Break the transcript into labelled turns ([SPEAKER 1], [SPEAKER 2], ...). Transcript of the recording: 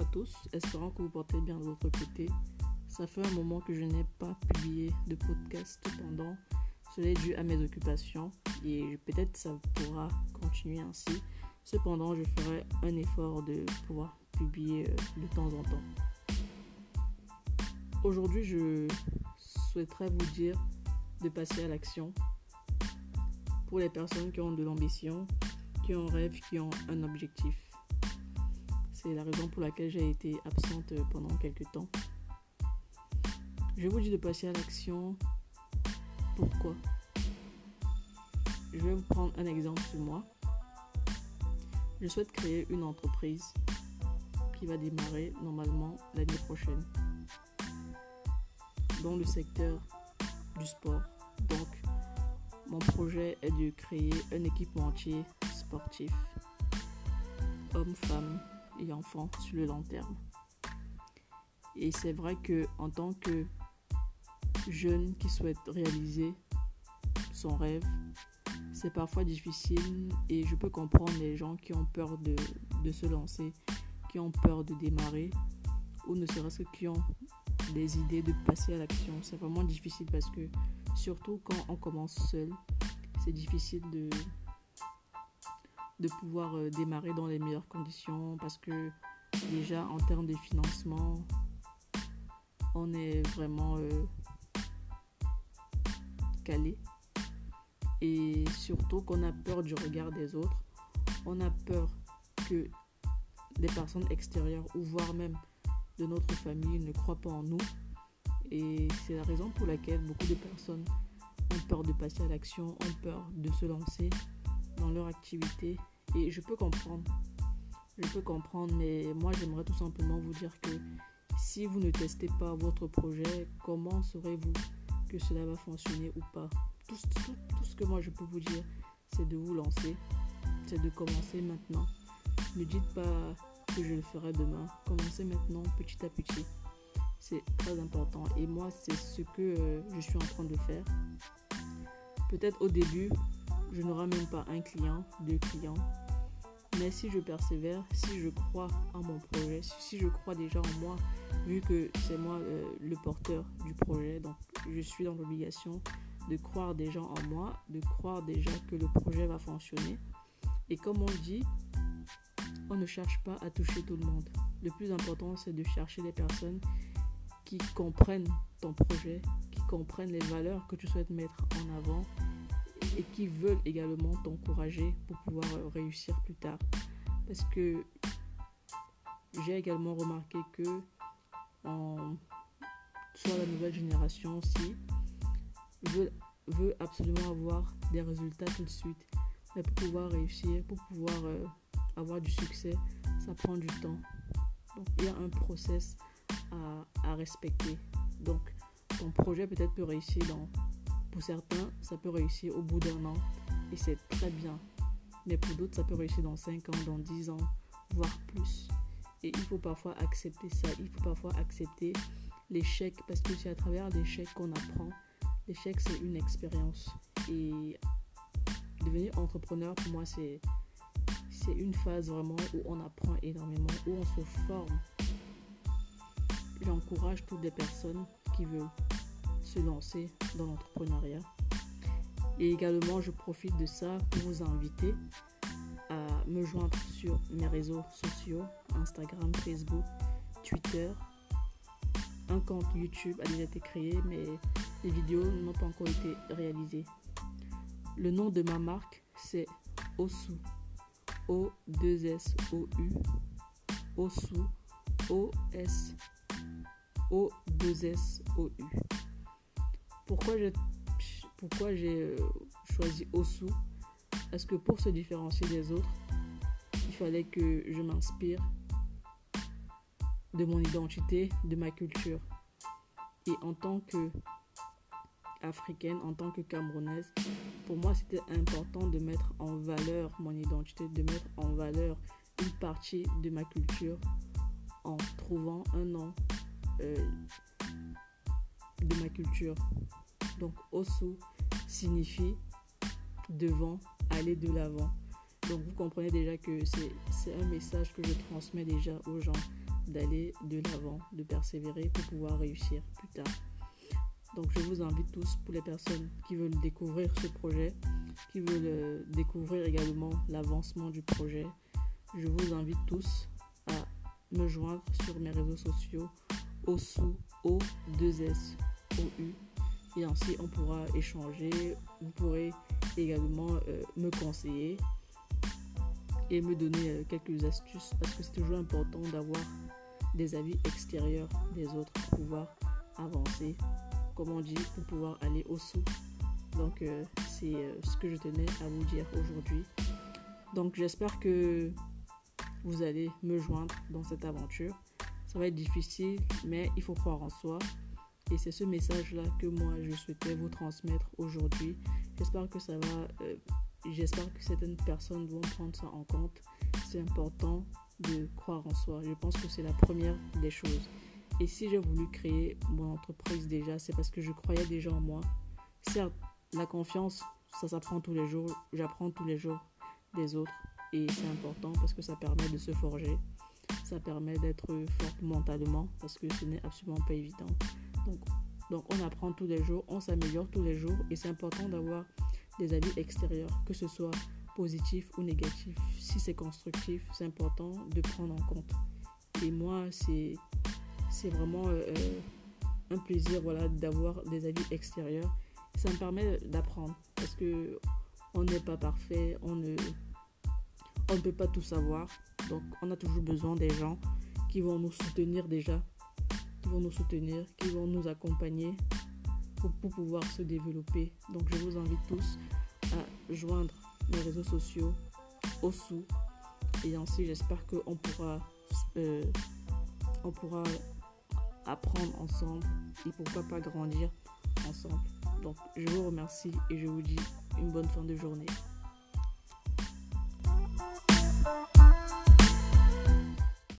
[SPEAKER 1] à tous, espérant que vous portez bien de votre côté. Ça fait un moment que je n'ai pas publié de podcast, cependant, cela est dû à mes occupations et peut-être ça pourra continuer ainsi. Cependant, je ferai un effort de pouvoir publier de temps en temps. Aujourd'hui, je souhaiterais vous dire de passer à l'action pour les personnes qui ont de l'ambition, qui ont un rêve, qui ont un objectif. C'est la raison pour laquelle j'ai été absente pendant quelques temps. Je vous dis de passer à l'action. Pourquoi ? Je vais vous prendre un exemple sur moi. Je souhaite créer une entreprise qui va démarrer normalement l'année prochaine dans le secteur du sport. Donc, mon projet est de créer un équipementier sportif, hommes, femmes et enfants sur le long terme. Et c'est vrai que en tant que jeune qui souhaite réaliser son rêve, c'est parfois difficile et je peux comprendre les gens qui ont peur de se lancer, qui ont peur de démarrer ou ne serait-ce que qui ont des idées de passer à l'action. C'est vraiment difficile parce que surtout quand on commence seul, c'est difficile de pouvoir démarrer dans les meilleures conditions parce que déjà en termes de financement, on est vraiment calé et surtout qu'on a peur du regard des autres, on a peur que des personnes extérieures ou voire même de notre famille ne croient pas en nous et c'est la raison pour laquelle beaucoup de personnes ont peur de passer à l'action, ont peur de se lancer dans leur activité et je peux comprendre, mais moi j'aimerais tout simplement vous dire que si vous ne testez pas votre projet, comment saurez-vous que cela va fonctionner ou pas ? Tout ce que moi je peux vous dire, c'est de vous lancer, c'est de commencer maintenant. Ne dites pas que je le ferai demain, commencez maintenant petit à petit. C'est très important et moi c'est ce que je suis en train de faire. Peut-être au début, je n'aurai même pas un client, 2 clients. Mais si je persévère, si je crois en mon projet, si je crois déjà en moi, vu que c'est moi le porteur du projet, donc je suis dans l'obligation de croire déjà en moi, de croire déjà que le projet va fonctionner. Et comme on dit, on ne cherche pas à toucher tout le monde. Le plus important, c'est de chercher des personnes qui comprennent ton projet, qui comprennent les valeurs que tu souhaites mettre en avant et qui veulent également t'encourager pour pouvoir réussir plus tard. Parce que j'ai également remarqué que soit la nouvelle génération aussi veut absolument avoir des résultats tout de suite. Mais pour pouvoir réussir, pour pouvoir avoir du succès, ça prend du temps. Donc il y a un process à respecter. Donc ton projet peut-être peut réussir pour certains, ça peut réussir au bout d'1 an et c'est très bien. Mais pour d'autres, ça peut réussir dans 5 ans, dans 10 ans, voire plus. Et il faut parfois accepter ça. Il faut parfois accepter l'échec parce que c'est à travers l'échec qu'on apprend. L'échec, c'est une expérience. Et devenir entrepreneur, pour moi, c'est une phase vraiment où on apprend énormément, où on se forme. J'encourage toutes les personnes qui veulent se lancer dans l'entrepreneuriat. Et également, je profite de ça pour vous inviter à me joindre sur mes réseaux sociaux, Instagram, Facebook, Twitter. Un compte YouTube a déjà été créé, mais les vidéos n'ont pas encore été réalisées. Le nom de ma marque, c'est Osou. O2SOU. Osou. O2SOU. Pourquoi j'ai choisi Osou ? Parce que pour se différencier des autres, il fallait que je m'inspire de mon identité, de ma culture. Et en tant qu'Africaine, en tant que Camerounaise, pour moi c'était important de mettre en valeur mon identité, de mettre en valeur une partie de ma culture en trouvant un nom de ma culture. Donc Osou signifie devant, aller de l'avant. Donc vous comprenez déjà que c'est un message que je transmets déjà aux gens. d'aller de l'avant, de persévérer pour pouvoir réussir plus tard. Donc je vous invite tous, pour les personnes qui veulent découvrir ce projet, qui veulent découvrir également l'avancement du projet, je vous invite tous à me joindre sur mes réseaux sociaux OSU, O2SOU, et ainsi on pourra échanger. Vous pourrez également me conseiller et me donner quelques astuces, parce que c'est toujours important d'avoir des avis extérieurs des autres pour pouvoir avancer, comme on dit, pour pouvoir aller au sous. Donc c'est ce que je tenais à vous dire aujourd'hui. Donc j'espère que vous allez me joindre dans cette aventure. Ça va être difficile, mais il faut croire en soi. Et c'est ce message-là que moi, je souhaitais vous transmettre aujourd'hui. J'espère que ça va... j'espère que certaines personnes vont prendre ça en compte. C'est important de croire en soi. Je pense que c'est la première des choses. Et si j'ai voulu créer mon entreprise déjà, c'est parce que je croyais déjà en moi. Certes, la confiance, ça s'apprend tous les jours. J'apprends tous les jours des autres. Et c'est important parce que ça permet de se forger. Ça permet d'être forte mentalement, parce que ce n'est absolument pas évident. Donc on apprend tous les jours, on s'améliore tous les jours. Et c'est important d'avoir des avis extérieurs, que ce soit positif ou négatif. Si c'est constructif, c'est important de prendre en compte. Et moi, c'est vraiment un plaisir, voilà, d'avoir des avis extérieurs. Ça me permet d'apprendre, parce que on n'est pas parfait, on ne peut pas tout savoir. Donc on a toujours besoin des gens qui vont nous soutenir déjà, qui vont nous accompagner pour pouvoir se développer. Donc je vous invite tous à joindre mes réseaux sociaux OSU, et ainsi j'espère qu'on pourra apprendre ensemble et pourquoi pas grandir ensemble. Donc je vous remercie et je vous dis une bonne fin de journée.